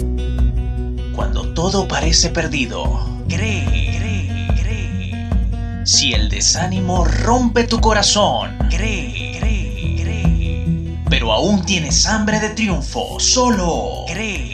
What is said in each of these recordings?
Cuando todo parece perdido, cree. Si el desánimo rompe tu corazón, cree. Pero aún tienes hambre de triunfo, solo cree.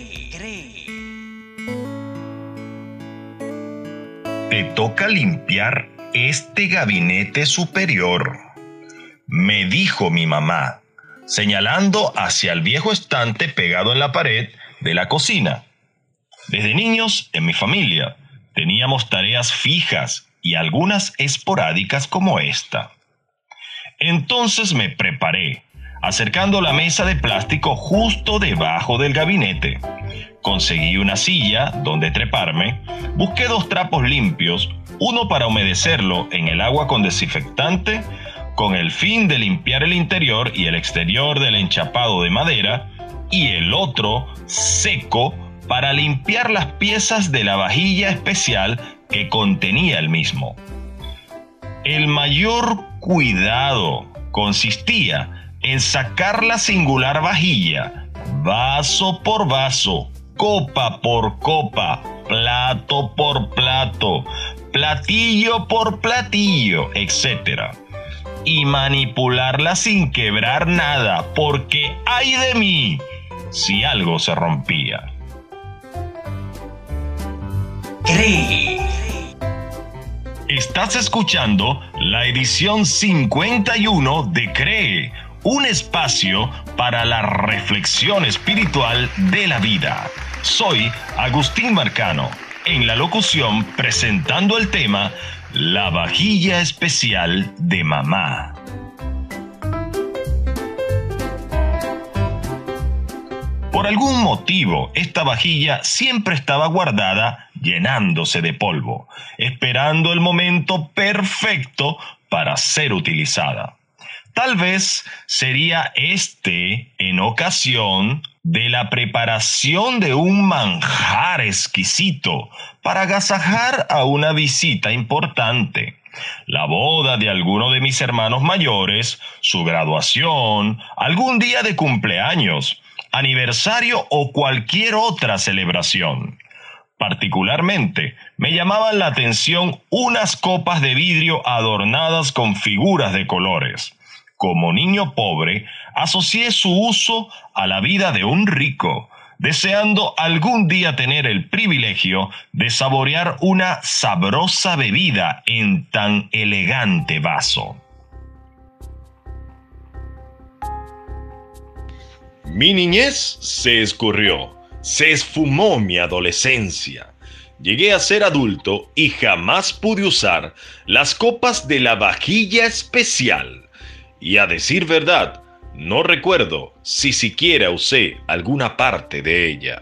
Te toca limpiar este gabinete superior, me dijo mi mamá, señalando hacia el viejo estante pegado en la pared de la cocina. Desde niños, en mi familia, teníamos tareas fijas y algunas esporádicas como esta. Entonces me preparé, acercando la mesa de plástico justo debajo del gabinete. Conseguí una silla donde treparme, busqué 2 trapos limpios, uno para humedecerlo en el agua con desinfectante, con el fin de limpiar el interior y el exterior del enchapado de madera, y el otro seco para limpiar las piezas de la vajilla especial que contenía el mismo. El mayor cuidado consistía en sacar la singular vajilla, vaso por vaso, copa por copa, plato por plato, platillo por platillo, etc. Y manipularla sin quebrar nada, porque ¡ay de mí! Si algo se rompía. Cree. Estás escuchando la edición 51 de Cree, un espacio para la reflexión espiritual de la vida. Soy Agustín Marcano, en la locución presentando el tema La vajilla especial de mamá. Por algún motivo, esta vajilla siempre estaba guardada llenándose de polvo, esperando el momento perfecto para ser utilizada. Tal vez sería en ocasión de la preparación de un manjar exquisito para agasajar a una visita importante. La boda de alguno de mis hermanos mayores, su graduación, algún día de cumpleaños, aniversario o cualquier otra celebración. Particularmente, me llamaban la atención unas copas de vidrio adornadas con figuras de colores. Como niño pobre, asocié su uso a la vida de un rico, deseando algún día tener el privilegio de saborear una sabrosa bebida en tan elegante vaso. Mi niñez se escurrió, se esfumó mi adolescencia. Llegué a ser adulto y jamás pude usar las copas de la vajilla especial. Y a decir verdad, no recuerdo si siquiera usé alguna parte de ella.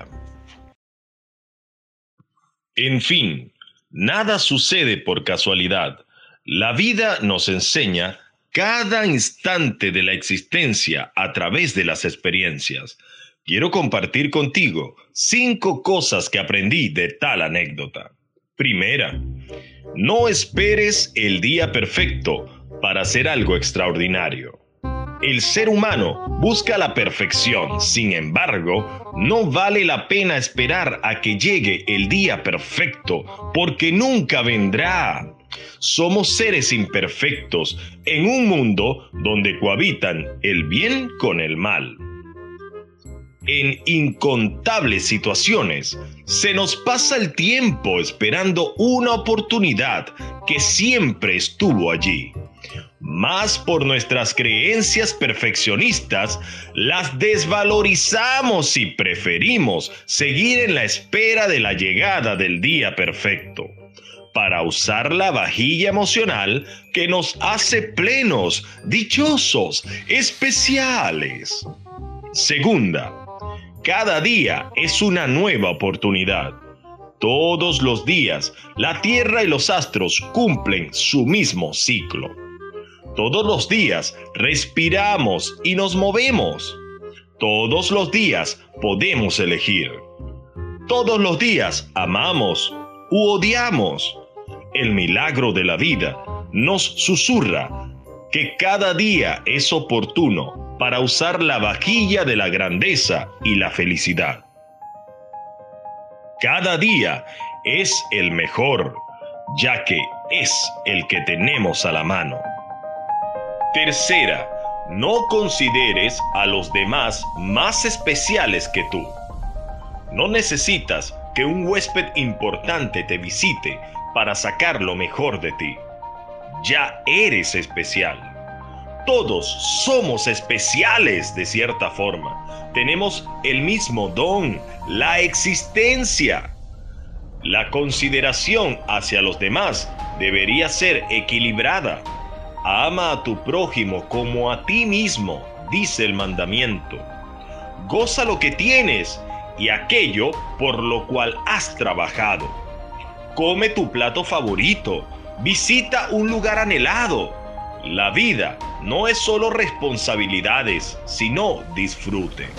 En fin, nada sucede por casualidad. La vida nos enseña cada instante de la existencia a través de las experiencias. Quiero compartir contigo 5 cosas que aprendí de tal anécdota. Primera, no esperes el día perfecto para hacer algo extraordinario. El ser humano busca la perfección, sin embargo, no vale la pena esperar a que llegue el día perfecto, porque nunca vendrá. Somos seres imperfectos en un mundo donde cohabitan el bien con el mal. En incontables situaciones, se nos pasa el tiempo esperando una oportunidad que siempre estuvo allí. Más por nuestras creencias perfeccionistas, las desvalorizamos y preferimos seguir en la espera de la llegada del día perfecto, para usar la vajilla emocional que nos hace plenos, dichosos, especiales. Segunda, cada día es una nueva oportunidad. Todos los días, la Tierra y los astros cumplen su mismo ciclo. Todos los días respiramos y nos movemos. Todos los días podemos elegir. Todos los días amamos u odiamos. El milagro de la vida nos susurra que cada día es oportuno para usar la vajilla de la grandeza y la felicidad. Cada día es el mejor, ya que es el que tenemos a la mano. Tercera, no consideres a los demás más especiales que tú. No necesitas que un huésped importante te visite para sacar lo mejor de ti. Ya eres especial. Todos somos especiales de cierta forma. Tenemos el mismo don, la existencia. La consideración hacia los demás debería ser equilibrada. Ama a tu prójimo como a ti mismo, dice el mandamiento. Goza lo que tienes y aquello por lo cual has trabajado. Come tu plato favorito, visita un lugar anhelado. La vida no es solo responsabilidades, sino disfrute.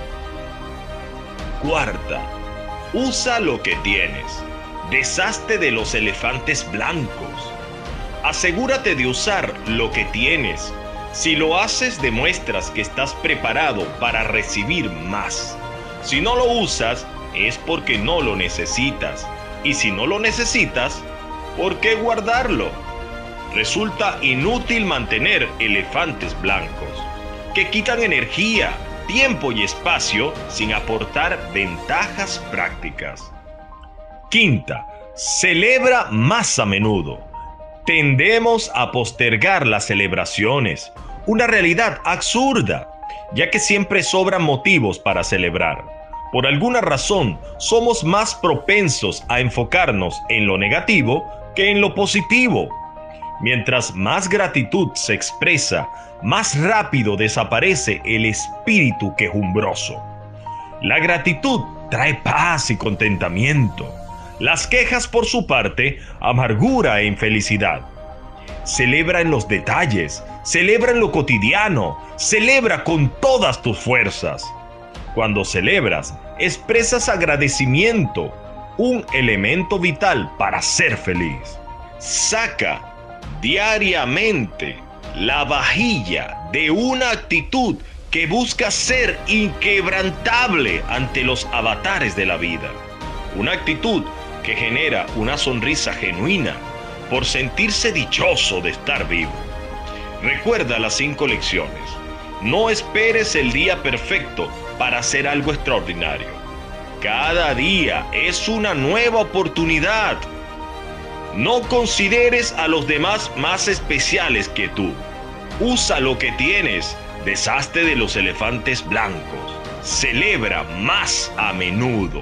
Cuarta, usa lo que tienes. Deshazte de los elefantes blancos. Asegúrate de usar lo que tienes. Si lo haces, demuestras que estás preparado para recibir más. Si no lo usas, es porque no lo necesitas. Y si no lo necesitas, ¿por qué guardarlo? Resulta inútil mantener elefantes blancos, que quitan energía, tiempo y espacio sin aportar ventajas prácticas. Quinta, celebra más a menudo. Tendemos a postergar las celebraciones, una realidad absurda, ya que siempre sobran motivos para celebrar. Por alguna razón, somos más propensos a enfocarnos en lo negativo que en lo positivo. Mientras más gratitud se expresa, más rápido desaparece el espíritu quejumbroso. La gratitud trae paz y contentamiento. Las quejas, por su parte, amargura e infelicidad. Celebra en los detalles, celebra en lo cotidiano, celebra con todas tus fuerzas. Cuando celebras, expresas agradecimiento, un elemento vital para ser feliz. Saca diariamente la vajilla de una actitud que busca ser inquebrantable ante los avatares de la vida. Una actitud que genera una sonrisa genuina por sentirse dichoso de estar vivo. Recuerda las 5 lecciones. No esperes el día perfecto para hacer algo extraordinario. Cada día es una nueva oportunidad. No consideres a los demás más especiales que tú. Usa lo que tienes. Deshazte de los elefantes blancos. Celebra más a menudo.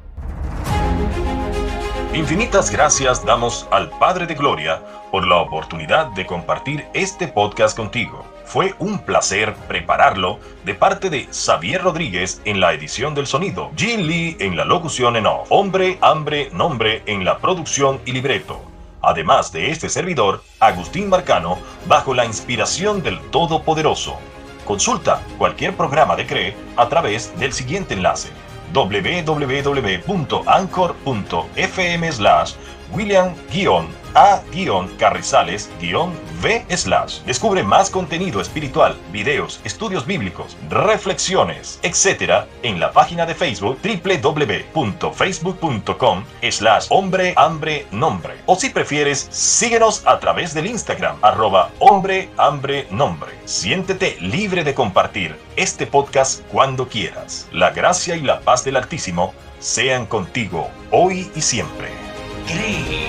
Infinitas gracias damos al Padre de Gloria por la oportunidad de compartir este podcast contigo. Fue un placer prepararlo de parte de Xavier Rodríguez en la edición del sonido, Jin Lee en la locución en off, Hombre, Hambre, Nombre en la producción y libreto. Además de este servidor, Agustín Marcano, bajo la inspiración del Todopoderoso. Consulta cualquier programa de CRE a través del siguiente enlace: www.anchor.fm/William-A-Carrizales-V/. Descubre más contenido espiritual, videos, estudios bíblicos, reflexiones, etc. en la página de Facebook www.facebook.com/Hombre, Hambre, Nombre. O si prefieres, síguenos a través del Instagram @Hombre, Hambre, Nombre. Siéntete libre de compartir este podcast cuando quieras. La gracia y la paz del Altísimo sean contigo hoy y siempre. Cree.